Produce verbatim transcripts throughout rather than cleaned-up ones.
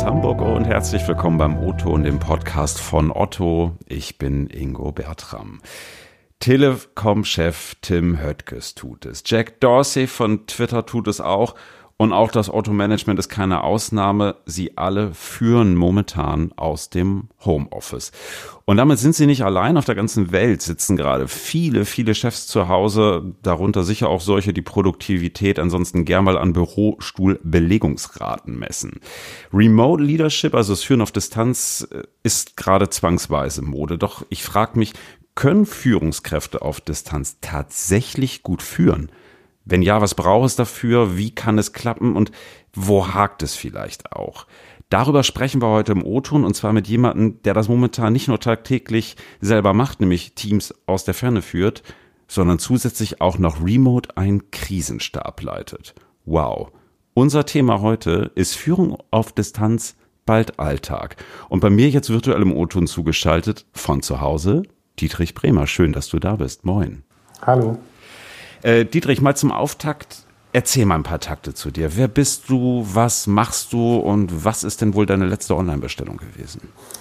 aus Hamburg und herzlich willkommen beim O-Ton, dem Podcast von Otto. Ich bin Ingo Bertram. Telekom-Chef Tim Höttges tut es. Jack Dorsey von Twitter tut es auch. Und auch das Otto-Management ist keine Ausnahme. Sie alle führen momentan aus dem Homeoffice. Und damit sind sie nicht allein. Auf der ganzen Welt sitzen gerade viele, viele Chefs zu Hause, darunter sicher auch solche, die Produktivität ansonsten gern mal an Bürostuhlbelegungsraten messen. Remote Leadership, also das Führen auf Distanz, ist gerade zwangsweise Mode. Doch ich frage mich, können Führungskräfte auf Distanz tatsächlich gut führen? Wenn ja, was braucht es dafür? Wie kann es klappen? Und wo hakt es vielleicht auch? Darüber sprechen wir heute im O-Ton und zwar mit jemandem, der das momentan nicht nur tagtäglich selber macht, nämlich Teams aus der Ferne führt, sondern zusätzlich auch noch remote einen Krisenstab leitet. Wow. Unser Thema heute ist Führung auf Distanz, bald Alltag. Und bei mir jetzt virtuell im O-Ton zugeschaltet von zu Hause, Dietrich Bremer. Schön, dass du da bist. Moin. Hallo. Äh, Dietrich, mal zum Auftakt, erzähl mal ein paar Takte zu dir. Wer bist du, was machst du und was ist denn wohl deine letzte Online-Bestellung gewesen?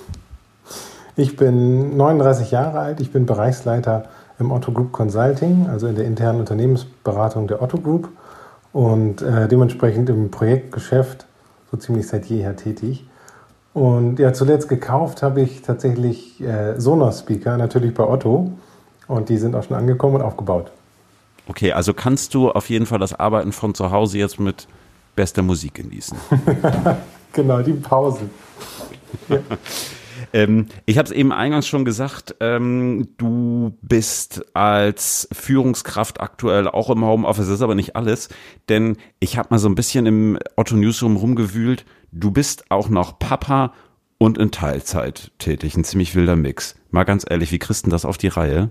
Ich bin neununddreißig Jahre alt, ich bin Bereichsleiter im Otto Group Consulting, also in der internen Unternehmensberatung der Otto Group und äh, dementsprechend im Projektgeschäft so ziemlich seit jeher tätig. Und ja, zuletzt gekauft habe ich tatsächlich äh, Sonos-Speaker, natürlich bei Otto, und die sind auch schon angekommen und aufgebaut. Okay, also kannst du auf jeden Fall das Arbeiten von zu Hause jetzt mit bester Musik genießen. Genau, die Pause. Ja. ähm, ich habe es eben eingangs schon gesagt, ähm, du bist als Führungskraft aktuell auch im Homeoffice, das ist aber nicht alles, denn ich habe mal so ein bisschen im Otto Newsroom rumgewühlt, du bist auch noch Papa und in Teilzeit tätig, ein ziemlich wilder Mix. Mal ganz ehrlich, wie kriegst du das auf die Reihe?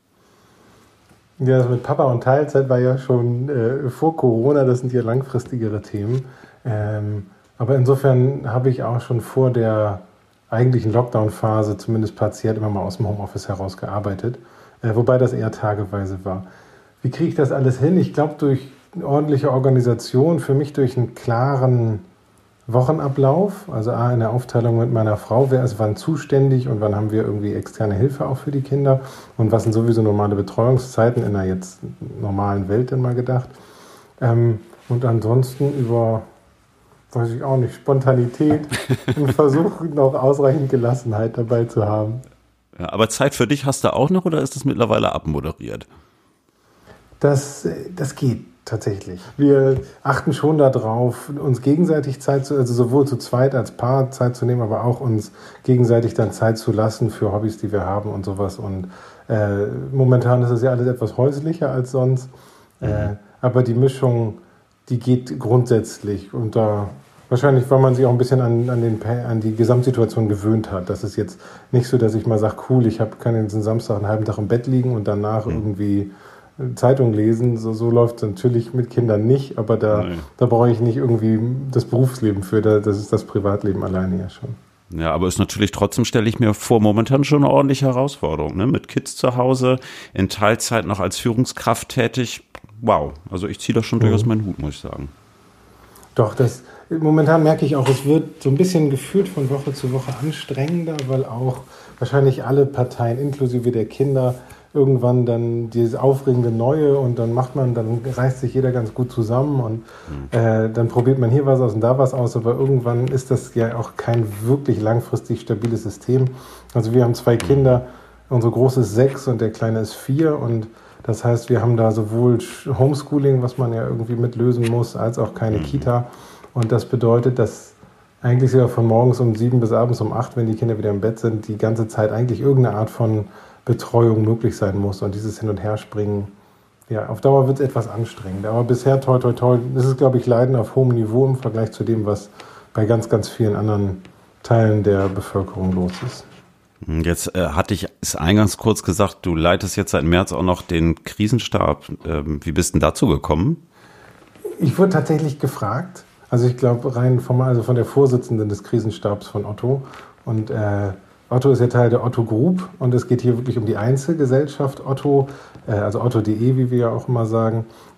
Ja, das mit Papa und Teilzeit war ja schon äh, vor Corona, das sind ja langfristigere Themen. Ähm, aber insofern habe ich auch schon vor der eigentlichen Lockdown-Phase zumindest partiell immer mal aus dem Homeoffice heraus gearbeitet, äh, wobei das eher tageweise war. Wie kriege ich das alles hin? Ich glaube, durch eine ordentliche Organisation, für mich durch einen klaren Wochenablauf, also A, eine Aufteilung mit meiner Frau, wer ist wann zuständig und wann haben wir irgendwie externe Hilfe auch für die Kinder und was sind sowieso normale Betreuungszeiten in einer jetzt normalen Welt denn mal gedacht. Ähm, und ansonsten über, weiß ich auch nicht, Spontanität und Versuch noch ausreichend Gelassenheit dabei zu haben. Ja, aber Zeit für dich hast du auch noch oder ist das mittlerweile abmoderiert? Das, das geht. Tatsächlich. Wir achten schon darauf, uns gegenseitig Zeit zu, also sowohl zu zweit als Paar Zeit zu nehmen, aber auch uns gegenseitig dann Zeit zu lassen für Hobbys, die wir haben und sowas. Und äh, momentan ist es ja alles etwas häuslicher als sonst. Mhm. Äh, aber die Mischung, die geht grundsätzlich. Und da wahrscheinlich, weil man sich auch ein bisschen an, an, den, an die Gesamtsituation gewöhnt hat. Das ist jetzt nicht so, dass ich mal sage, cool, ich hab, kann jetzt den Samstag einen halben Tag im Bett liegen und danach mhm. irgendwie Zeitung lesen, so, so läuft es natürlich mit Kindern nicht, aber da, da brauche ich nicht irgendwie das Berufsleben für, da, das ist das Privatleben alleine ja schon. Ja, aber ist natürlich trotzdem, stelle ich mir vor, momentan schon eine ordentliche Herausforderung, ne? Mit Kids zu Hause, in Teilzeit noch als Führungskraft tätig, wow, also ich ziehe da schon mhm. durchaus meinen Hut, muss ich sagen. Doch, das, momentan merke ich auch, es wird so ein bisschen gefühlt von Woche zu Woche anstrengender, weil auch wahrscheinlich alle Parteien, inklusive der Kinder, irgendwann dann dieses aufregende Neue und dann macht man, dann reißt sich jeder ganz gut zusammen und mhm. äh, dann probiert man hier was aus und da was aus, aber irgendwann ist das ja auch kein wirklich langfristig stabiles System. Also wir haben zwei Kinder, unsere Große ist sechs und der Kleine ist vier und das heißt, wir haben da sowohl Homeschooling, was man ja irgendwie mitlösen muss, als auch keine mhm. Kita und das bedeutet, dass eigentlich sogar von morgens um sieben bis abends um acht, wenn die Kinder wieder im Bett sind, die ganze Zeit eigentlich irgendeine Art von Betreuung möglich sein muss und dieses Hin- und Herspringen, ja, auf Dauer wird es etwas anstrengend. Aber bisher, toi, toi, toi, ist es, glaube ich, Leiden auf hohem Niveau im Vergleich zu dem, was bei ganz, ganz vielen anderen Teilen der Bevölkerung los ist. Jetzt äh, hatte ich es eingangs kurz gesagt, du leitest jetzt seit März auch noch den Krisenstab. Ähm, wie bist denn dazu gekommen? Ich wurde tatsächlich gefragt. Also ich glaube, rein vom, also von der Vorsitzenden des Krisenstabs von Otto und äh, Otto ist ja Teil der Otto Group und es geht hier wirklich um die Einzelgesellschaft Otto, äh, also Otto punkt de, wie wir ja auch immer sagen.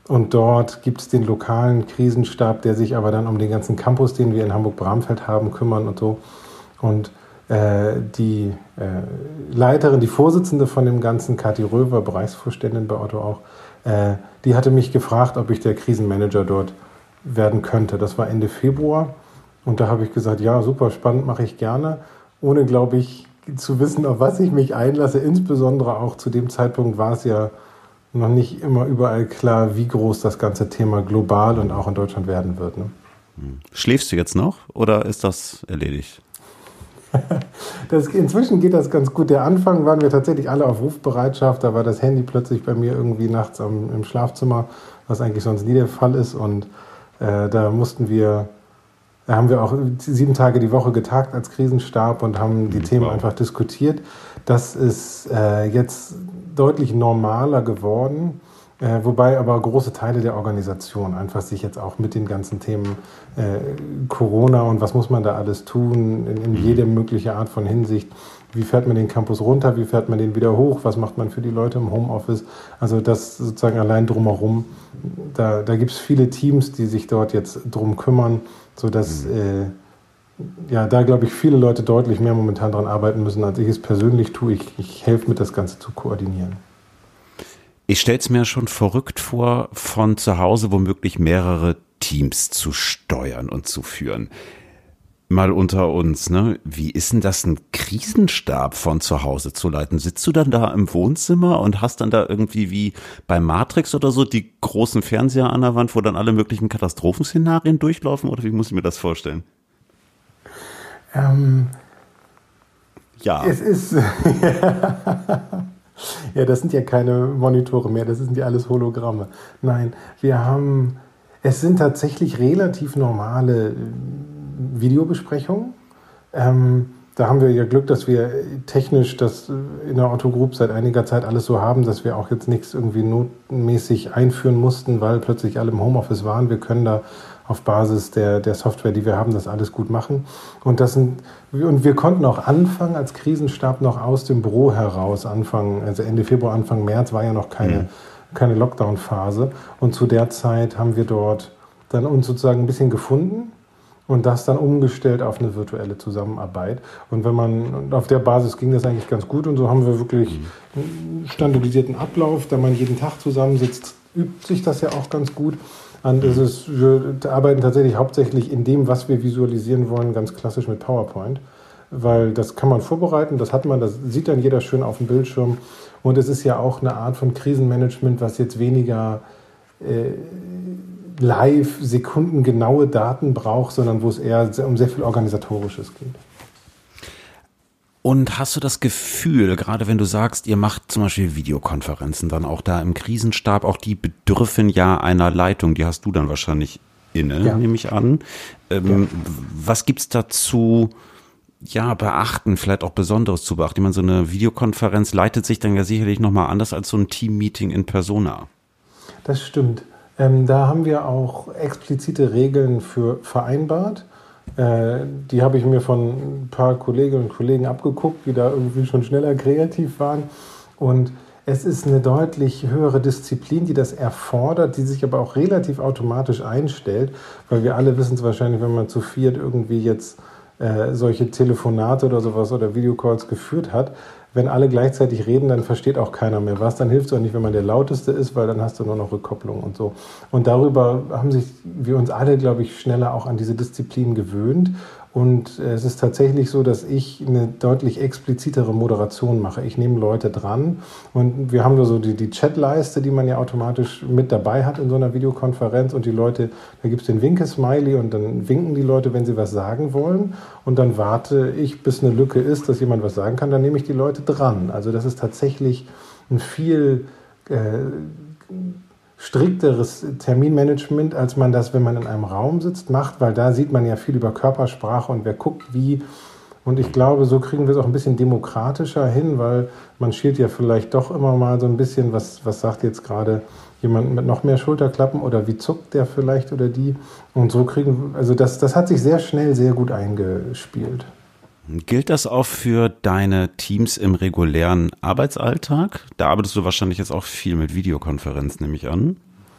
Und dort gibt es den lokalen Krisenstab, der sich aber dann um den ganzen Campus, den wir in Hamburg-Bramfeld haben, kümmern und so. Und äh, die äh, Leiterin, die Vorsitzende von dem Ganzen, Kathi Röver, Bereichsvorständin bei Otto auch, äh, die hatte mich gefragt, ob ich der Krisenmanager dort werden könnte. Das war Ende Februar. Und da habe ich gesagt, ja, super spannend, mache ich gerne. Ohne, glaube ich, zu wissen, auf was ich mich einlasse. Insbesondere auch zu dem Zeitpunkt war es ja noch nicht immer überall klar, wie groß das ganze Thema global und auch in Deutschland werden wird. Ne? Schläfst du jetzt noch oder ist das erledigt? Das, inzwischen geht das ganz gut. Der Anfang waren wir tatsächlich alle auf Rufbereitschaft. Da war das Handy plötzlich bei mir irgendwie nachts am, im Schlafzimmer, was eigentlich sonst nie der Fall ist. Und äh, da mussten wir, da haben wir auch sieben Tage die Woche getagt als Krisenstab und haben die mhm, Themen wow. einfach diskutiert. Das ist äh, jetzt deutlich normaler geworden, äh, wobei aber große Teile der Organisation einfach sich jetzt auch mit den ganzen Themen äh, Corona und was muss man da alles tun, in, in jede mögliche Art von Hinsicht. Wie fährt man den Campus runter, wie fährt man den wieder hoch, was macht man für die Leute im Homeoffice, also das sozusagen allein drumherum. Da, da gibt es viele Teams, die sich dort jetzt drum kümmern, sodass äh, ja, da glaube ich, viele Leute deutlich mehr momentan dran arbeiten müssen, als ich es persönlich tue. Ich, ich helfe mit, das Ganze zu koordinieren. Ich stelle es mir schon verrückt vor, von zu Hause womöglich mehrere Teams zu steuern und zu führen. Mal unter uns, ne? Wie ist denn das, einen Krisenstab von zu Hause zu leiten? Sitzt du dann da im Wohnzimmer und hast dann da irgendwie wie bei Matrix oder so die großen Fernseher an der Wand, wo dann alle möglichen Katastrophenszenarien durchlaufen? Oder wie muss ich mir das vorstellen? Ähm, ja. Es ist, ja, das sind ja keine Monitore mehr, das sind ja alles Hologramme. Nein, wir haben, es sind tatsächlich relativ normale Videobesprechungen. Ähm, da haben wir ja Glück, dass wir technisch das in der Otto Group seit einiger Zeit alles so haben, dass wir auch jetzt nichts irgendwie notmäßig einführen mussten, weil plötzlich alle im Homeoffice waren. Wir können da auf Basis der, der Software, die wir haben, das alles gut machen. Und das sind, und wir konnten auch anfangen als Krisenstab noch aus dem Büro heraus anfangen, also Ende Februar, Anfang März war ja noch keine, mhm. keine Lockdown-Phase. Und zu der Zeit haben wir dort dann uns sozusagen ein bisschen gefunden und das dann umgestellt auf eine virtuelle Zusammenarbeit. Und wenn man, auf der Basis ging das eigentlich ganz gut und so haben wir wirklich einen standardisierten Ablauf, da man jeden Tag zusammensitzt, übt sich das ja auch ganz gut. Und es ist, wir arbeiten tatsächlich hauptsächlich in dem, was wir visualisieren wollen, ganz klassisch mit PowerPoint, weil das kann man vorbereiten, das hat man, das sieht dann jeder schön auf dem Bildschirm und es ist ja auch eine Art von Krisenmanagement, was jetzt weniger äh, live, sekundengenaue Daten braucht, sondern wo es eher um sehr viel Organisatorisches geht. Und hast du das Gefühl, gerade wenn du sagst, ihr macht zum Beispiel Videokonferenzen, dann auch da im Krisenstab, auch die bedürfen ja einer Leitung, die hast du dann wahrscheinlich inne, ja. nehme ich an. Ähm, ja. Was gibt's dazu, ja, beachten, vielleicht auch Besonderes zu beachten? Ich meine, so eine Videokonferenz leitet sich dann ja sicherlich nochmal anders als so ein Team-Meeting in Persona. Das stimmt. Ähm, da haben wir auch explizite Regeln für vereinbart. Äh, die habe ich mir von ein paar Kolleginnen und Kollegen abgeguckt, die da irgendwie schon schneller kreativ waren. Und es ist eine deutlich höhere Disziplin, die das erfordert, die sich aber auch relativ automatisch einstellt, weil wir alle wissen es wahrscheinlich, wenn man zu viert irgendwie jetzt äh, solche Telefonate oder sowas oder Videocalls geführt hat, wenn alle gleichzeitig reden, dann versteht auch keiner mehr was. Dann hilft es auch nicht, wenn man der Lauteste ist, weil dann hast du nur noch Rückkopplung und so. Und darüber haben sich wir uns alle, glaube ich, schneller auch an diese Disziplin gewöhnt. Und es ist tatsächlich so, dass ich eine deutlich explizitere Moderation mache. Ich nehme Leute dran und wir haben da so die, die Chatleiste, die man ja automatisch mit dabei hat in so einer Videokonferenz und die Leute, da gibt es den Winke-Smiley und dann winken die Leute, wenn sie was sagen wollen und dann warte ich, bis eine Lücke ist, dass jemand was sagen kann, dann nehme ich die Leute dran. Also das ist tatsächlich ein viel äh, strikteres Terminmanagement, als man das, wenn man in einem Raum sitzt, macht, weil da sieht man ja viel über Körpersprache und wer guckt wie. Und ich glaube, so kriegen wir es auch ein bisschen demokratischer hin, weil man schielt ja vielleicht doch immer mal so ein bisschen, was, was sagt jetzt gerade jemand mit noch mehr Schulterklappen oder wie zuckt der vielleicht oder die. Und so kriegen, also das, das hat sich sehr schnell sehr gut eingespielt. Gilt das auch für deine Teams im regulären Arbeitsalltag? Da arbeitest du wahrscheinlich jetzt auch viel mit Videokonferenzen, nehme ich an.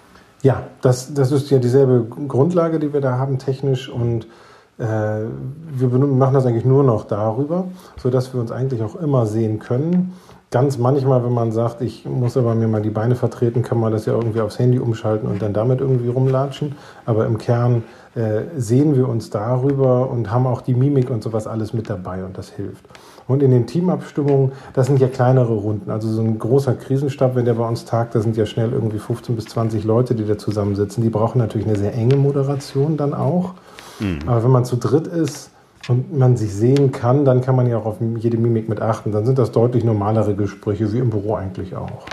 Ja, das, das ist ja dieselbe Grundlage, die wir da haben technisch und äh, wir machen das eigentlich nur noch darüber, sodass wir uns eigentlich auch immer sehen können. Ganz manchmal, wenn man sagt, ich muss aber mir mal die Beine vertreten, kann man das ja irgendwie aufs Handy umschalten und dann damit irgendwie rumlatschen. Aber im Kern äh, sehen wir uns darüber und haben auch die Mimik und sowas alles mit dabei und das hilft. Und in den Teamabstimmungen, das sind ja kleinere Runden. Also so ein großer Krisenstab, wenn der bei uns tagt, da sind ja schnell irgendwie fünfzehn bis zwanzig Leute, die da zusammensitzen. Die brauchen natürlich eine sehr enge Moderation dann auch. Mhm. Aber wenn man zu dritt ist und man sich sehen kann, dann kann man ja auch auf jede Mimik mit achten. Dann sind das deutlich normalere Gespräche, wie im Büro eigentlich auch.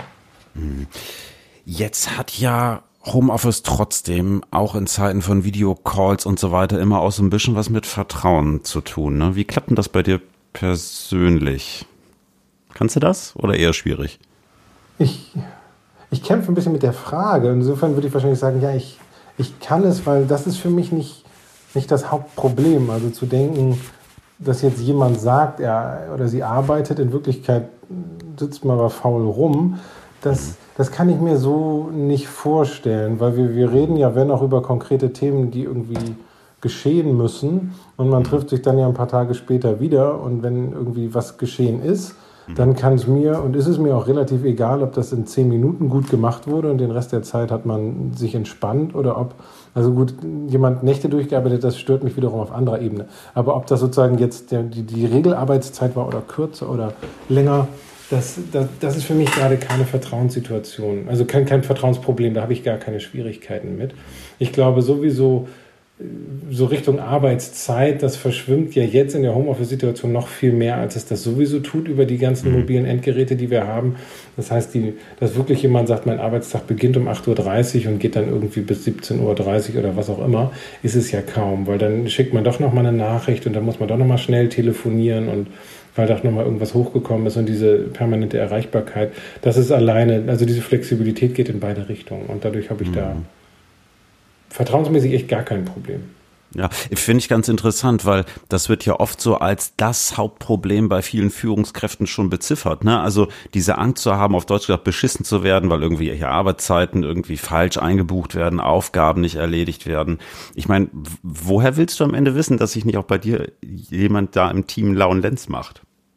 Jetzt hat ja Homeoffice trotzdem auch in Zeiten von Videocalls und so weiter immer auch so ein bisschen was mit Vertrauen zu tun. Ne? Wie klappt denn das bei dir persönlich? Kannst du das oder eher schwierig? Ich, ich kämpfe ein bisschen mit der Frage. Insofern würde ich wahrscheinlich sagen, ja, ich, ich kann es, weil das ist für mich nicht, nicht das Hauptproblem. Also zu denken, dass jetzt jemand sagt, er oder sie arbeitet, in Wirklichkeit sitzt man aber faul rum, das, das kann ich mir so nicht vorstellen, weil wir, wir reden ja, wenn auch über konkrete Themen, die irgendwie geschehen müssen und man trifft sich dann ja ein paar Tage später wieder und wenn irgendwie was geschehen ist, dann kann es mir und ist es mir auch relativ egal, ob das in zehn Minuten gut gemacht wurde und den Rest der Zeit hat man sich entspannt oder ob, also gut, jemand Nächte durchgearbeitet, das stört mich wiederum auf anderer Ebene. Aber ob das sozusagen jetzt der, die, die Regelarbeitszeit war oder kürzer oder länger, das, das, das ist für mich gerade keine Vertrauenssituation. Also kein, kein Vertrauensproblem, da habe ich gar keine Schwierigkeiten mit. Ich glaube sowieso, so Richtung Arbeitszeit, das verschwimmt ja jetzt in der Homeoffice-Situation noch viel mehr, als es das sowieso tut über die ganzen mobilen Endgeräte, die wir haben. Das heißt, die, dass wirklich jemand sagt, mein Arbeitstag beginnt um acht Uhr dreißig und geht dann irgendwie bis siebzehn Uhr dreißig oder was auch immer, ist es ja kaum, weil dann schickt man doch nochmal eine Nachricht und dann muss man doch nochmal schnell telefonieren und weil doch nochmal irgendwas hochgekommen ist und diese permanente Erreichbarkeit, das ist alleine, also diese Flexibilität geht in beide Richtungen und dadurch habe ich mhm. da vertrauensmäßig echt gar kein Problem. Ja, finde ich ganz interessant, weil das wird ja oft so als das Hauptproblem bei vielen Führungskräften schon beziffert, ne? Also diese Angst zu haben, auf Deutsch gesagt, beschissen zu werden, weil irgendwie ihre Arbeitszeiten irgendwie falsch eingebucht werden, Aufgaben nicht erledigt werden. Ich meine, woher willst du am Ende wissen, dass sich nicht auch bei dir jemand da im Team lauen Lenz macht?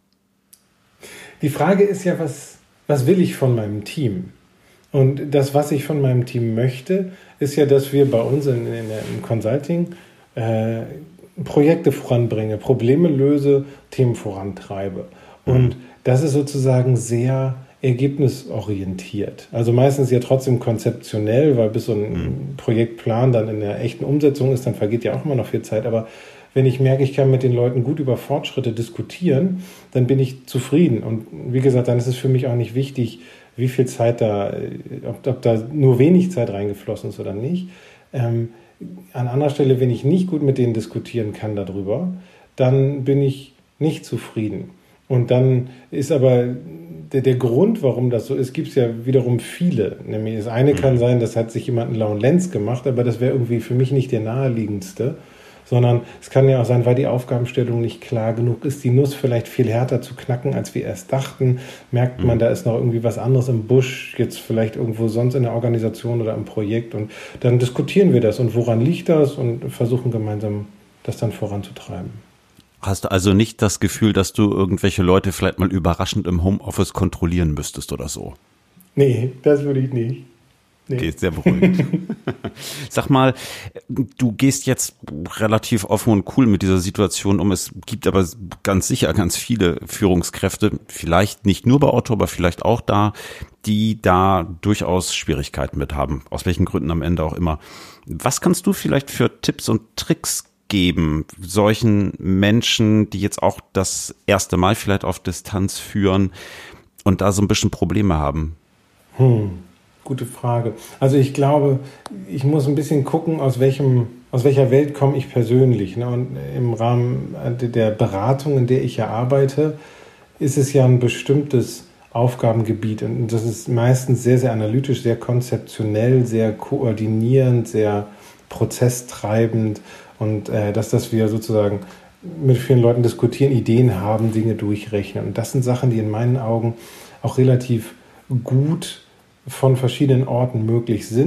Die Frage ist ja, was, was will ich von meinem Team? Und das, was ich von meinem Team möchte, ist ja, dass wir bei uns in, in, im Consulting äh, Projekte voranbringen, Probleme löse, Themen vorantreibe. Und mhm. das ist sozusagen sehr ergebnisorientiert. Also meistens ja trotzdem konzeptionell, weil bis so ein mhm. Projektplan dann in der echten Umsetzung ist, dann vergeht ja auch immer noch viel Zeit. Aber wenn ich merke, ich kann mit den Leuten gut über Fortschritte diskutieren, dann bin ich zufrieden. Und wie gesagt, dann ist es für mich auch nicht wichtig, wie viel Zeit da, ob, ob da nur wenig Zeit reingeflossen ist oder nicht. Ähm, an anderer Stelle, wenn ich nicht gut mit denen diskutieren kann darüber, dann bin ich nicht zufrieden. Und dann ist aber der, der Grund, warum das so ist, gibt es ja wiederum viele. Nämlich das eine kann sein, das hat sich jemand einen lauen Lenz gemacht, aber das wäre irgendwie für mich nicht der naheliegendste. Sondern es kann ja auch sein, weil die Aufgabenstellung nicht klar genug ist, die Nuss vielleicht viel härter zu knacken, als wir erst dachten. Merkt man, da ist noch irgendwie was anderes im Busch, jetzt vielleicht irgendwo sonst in der Organisation oder im Projekt. Und dann diskutieren wir das und woran liegt das und versuchen gemeinsam das dann voranzutreiben. Hast du also nicht das Gefühl, dass du irgendwelche Leute vielleicht mal überraschend im Homeoffice kontrollieren müsstest oder so? Nee, das würde ich nicht. Nee. Okay, sehr beruhigend. Sag mal, du gehst jetzt relativ offen und cool mit dieser Situation um. Es gibt aber ganz sicher ganz viele Führungskräfte, vielleicht nicht nur bei Otto, aber vielleicht auch da, die da durchaus Schwierigkeiten mit haben, aus welchen Gründen am Ende auch immer. Was kannst du vielleicht für Tipps und Tricks geben, solchen Menschen, die jetzt auch das erste Mal vielleicht auf Distanz führen und da so ein bisschen Probleme haben? Hm. Gute Frage. Also ich glaube, ich muss ein bisschen gucken, aus welchem, aus welcher Welt komme ich persönlich. Ne? Und im Rahmen der Beratung, in der ich ja arbeite, ist es ja ein bestimmtes Aufgabengebiet. Und das ist meistens sehr, sehr analytisch, sehr konzeptionell, sehr koordinierend, sehr prozesstreibend. Und äh, dass, dass wir sozusagen mit vielen Leuten diskutieren, Ideen haben, Dinge durchrechnen. Und das sind Sachen, die in meinen Augen auch relativ gut von verschiedenen Orten möglich sind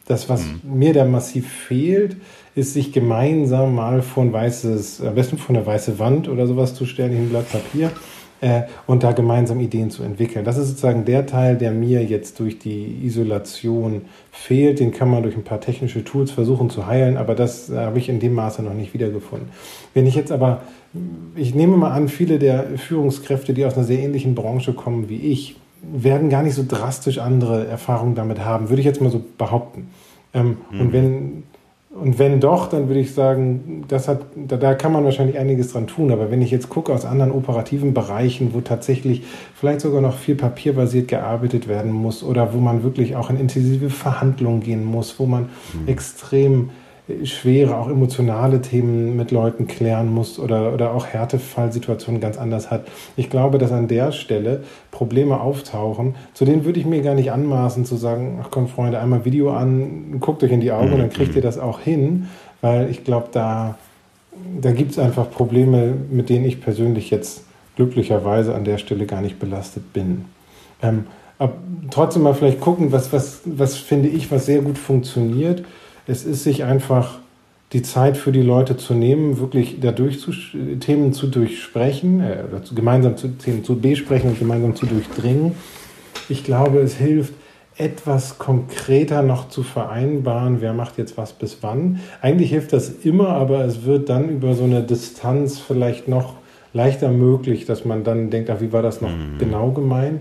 Das, was mhm. mir da massiv fehlt, ist, sich gemeinsam mal vor ein weißes, am besten vor eine weiße Wand oder sowas zu stellen, in ein Blatt Papier, äh, und da gemeinsam Ideen zu entwickeln. Das ist sozusagen der Teil, der mir jetzt durch die Isolation fehlt. Den kann man durch ein paar technische Tools versuchen zu heilen, aber das äh, habe ich in dem Maße noch nicht wiedergefunden. Wenn ich jetzt aber, ich nehme mal an, viele der Führungskräfte, die aus einer sehr ähnlichen Branche kommen wie ich, werden gar nicht so drastisch andere Erfahrungen damit haben, würde ich jetzt mal so behaupten. Ähm, mhm. Und wenn Und wenn doch, dann würde ich sagen, das hat, da, da kann man wahrscheinlich einiges dran tun. Aber wenn ich jetzt gucke aus anderen operativen Bereichen, wo tatsächlich vielleicht sogar noch viel papierbasiert gearbeitet werden muss oder wo man wirklich auch in intensive Verhandlungen gehen muss, wo man mhm. extrem schwere, auch emotionale Themen mit Leuten klären muss oder, oder auch Härtefallsituationen ganz anders hat. Ich glaube, dass an der Stelle Probleme auftauchen, zu denen würde ich mir gar nicht anmaßen zu sagen, ach komm Freunde, einmal Video an, guckt euch in die Augen und dann kriegt ihr das auch hin, weil ich glaube, da, da gibt es einfach Probleme, mit denen ich persönlich jetzt glücklicherweise an der Stelle gar nicht belastet bin. Ähm, aber trotzdem mal vielleicht gucken, was, was, was finde ich, was sehr gut funktioniert. Es ist, sich einfach die Zeit für die Leute zu nehmen, wirklich dadurch zu, Themen zu durchsprechen, äh, oder zu, gemeinsam zu, Themen zu besprechen und gemeinsam zu durchdringen. Ich glaube, es hilft, etwas konkreter noch zu vereinbaren, wer macht jetzt was bis wann. Eigentlich hilft das immer, aber es wird dann über so eine Distanz vielleicht noch leichter möglich, dass man dann denkt, ach, wie war das noch mhm. genau gemeint?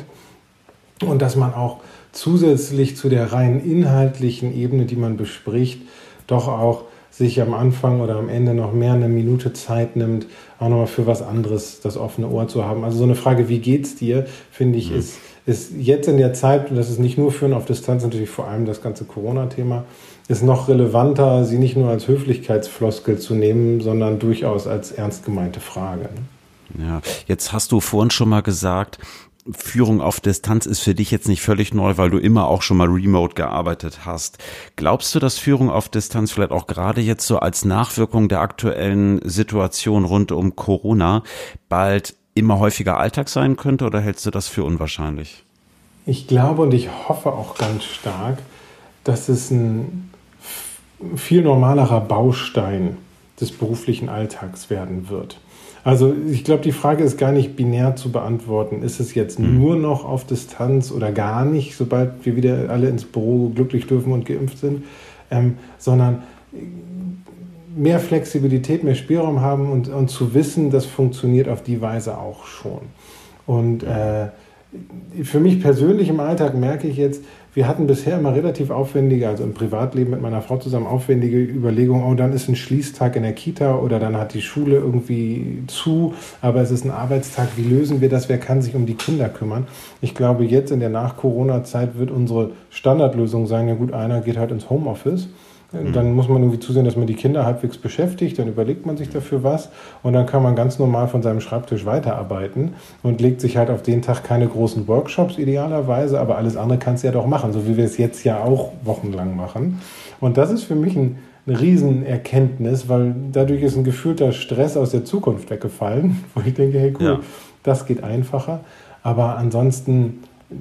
Und dass man auch zusätzlich zu der rein inhaltlichen Ebene, die man bespricht, doch auch sich am Anfang oder am Ende noch mehr eine Minute Zeit nimmt, auch nochmal für was anderes das offene Ohr zu haben. Also so eine Frage, wie geht's dir, finde ich, mhm. ist, ist jetzt in der Zeit, und das ist nicht nur Führen auf Distanz, natürlich vor allem das ganze Corona-Thema, ist noch relevanter, sie nicht nur als Höflichkeitsfloskel zu nehmen, sondern durchaus als ernst gemeinte Frage. Ja, jetzt hast du vorhin schon mal gesagt, Führung auf Distanz ist für dich jetzt nicht völlig neu, weil du immer auch schon mal remote gearbeitet hast. Glaubst du, dass Führung auf Distanz vielleicht auch gerade jetzt so als Nachwirkung der aktuellen Situation rund um Corona bald immer häufiger Alltag sein könnte, oder hältst du das für unwahrscheinlich? Ich glaube und ich hoffe auch ganz stark, dass es ein viel normalerer Baustein des beruflichen Alltags werden wird. Also ich glaube, die Frage ist gar nicht binär zu beantworten. Ist es jetzt mhm. nur noch auf Distanz oder gar nicht, sobald wir wieder alle ins Büro glücklich dürfen und geimpft sind, ähm, sondern mehr Flexibilität, mehr Spielraum haben und, und zu wissen, das funktioniert auf die Weise auch schon. Und äh, für mich persönlich im Alltag merke ich jetzt, wir hatten bisher immer relativ aufwendige, also im Privatleben mit meiner Frau zusammen aufwendige Überlegungen, oh, dann ist ein Schließtag in der Kita oder dann hat die Schule irgendwie zu, aber es ist ein Arbeitstag, wie lösen wir das, wer kann sich um die Kinder kümmern? Ich glaube, jetzt in der Nach-Corona-Zeit wird unsere Standardlösung sein, ja gut, einer geht halt ins Homeoffice. Dann muss man irgendwie zusehen, dass man die Kinder halbwegs beschäftigt, dann überlegt man sich dafür was und dann kann man ganz normal von seinem Schreibtisch weiterarbeiten und legt sich halt auf den Tag keine großen Workshops idealerweise, aber alles andere kannst du ja doch machen, so wie wir es jetzt ja auch wochenlang machen. Und das ist für mich ein, eine Riesenerkenntnis, weil dadurch ist ein gefühlter Stress aus der Zukunft weggefallen, wo ich denke, hey cool, ja. das geht einfacher, aber ansonsten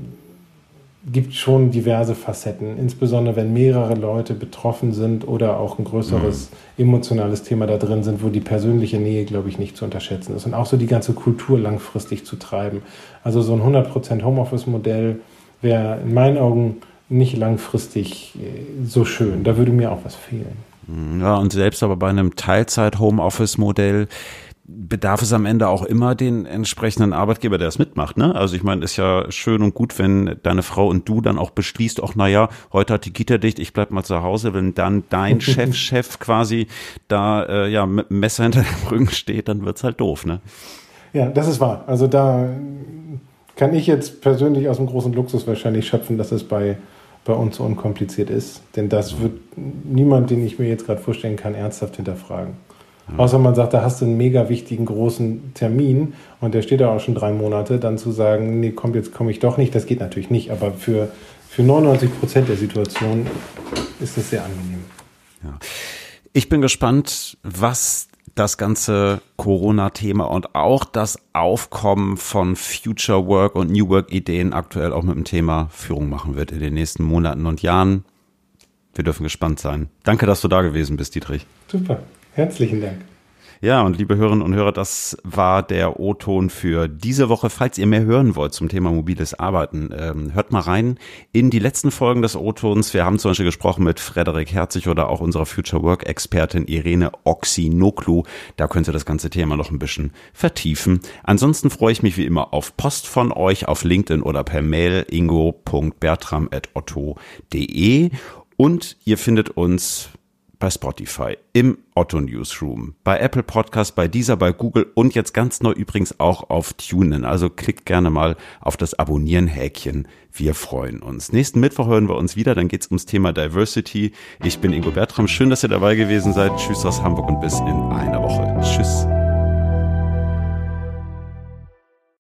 gibt schon diverse Facetten, insbesondere wenn mehrere Leute betroffen sind oder auch ein größeres mhm. emotionales Thema da drin sind, wo die persönliche Nähe, glaube ich, nicht zu unterschätzen ist und auch so die ganze Kultur langfristig zu treiben. Also so ein hundert Prozent Homeoffice-Modell wäre in meinen Augen nicht langfristig so schön. Da würde mir auch was fehlen. Ja, und selbst aber bei einem Teilzeit-Homeoffice-Modell bedarf es am Ende auch immer den entsprechenden Arbeitgeber, der das mitmacht, ne? Also ich meine, ist ja schön und gut, wenn deine Frau und du dann auch beschließt, ach naja, heute hat die Kita dicht, ich bleib mal zu Hause. Wenn dann dein Chef, Chef quasi da äh, ja mit dem Messer hinter dem Rücken steht, dann wird's halt doof, ne? Ja, das ist wahr. Also da kann ich jetzt persönlich aus dem großen Luxus wahrscheinlich schöpfen, dass es bei bei uns so unkompliziert ist. Denn das wird niemand, den ich mir jetzt gerade vorstellen kann, ernsthaft hinterfragen. Ja. Außer man sagt, da hast du einen mega wichtigen großen Termin und der steht da auch schon drei Monate, dann zu sagen, nee, komm, jetzt komme ich doch nicht, das geht natürlich nicht. Aber für, für neunundneunzig Prozent der Situation ist das sehr angenehm. Ja. Ich bin gespannt, was das ganze Corona-Thema und auch das Aufkommen von Future Work und New Work-Ideen aktuell auch mit dem Thema Führung machen wird in den nächsten Monaten und Jahren. Wir dürfen gespannt sein. Danke, dass du da gewesen bist, Dietrich. Super, herzlichen Dank. Ja, und liebe Hörerinnen und Hörer, das war der O-Ton für diese Woche. Falls ihr mehr hören wollt zum Thema mobiles Arbeiten, ähm, hört mal rein in die letzten Folgen des O-Tons. Wir haben zum Beispiel gesprochen mit Frederik Herzig oder auch unserer Future Work-Expertin Irene Oxinoglu. Da könnt ihr das ganze Thema noch ein bisschen vertiefen. Ansonsten freue ich mich wie immer auf Post von euch auf LinkedIn oder per Mail ingo punkt bertram at otto punkt de und ihr findet uns bei Spotify, im Otto Newsroom, bei Apple Podcast, bei Deezer, bei Google und jetzt ganz neu übrigens auch auf TuneIn. Also klickt gerne mal auf das Abonnieren-Häkchen. Wir freuen uns. Nächsten Mittwoch hören wir uns wieder, dann geht's ums Thema Diversity. Ich bin Ingo Bertram. Schön, dass ihr dabei gewesen seid. Tschüss aus Hamburg und bis in einer Woche. Tschüss.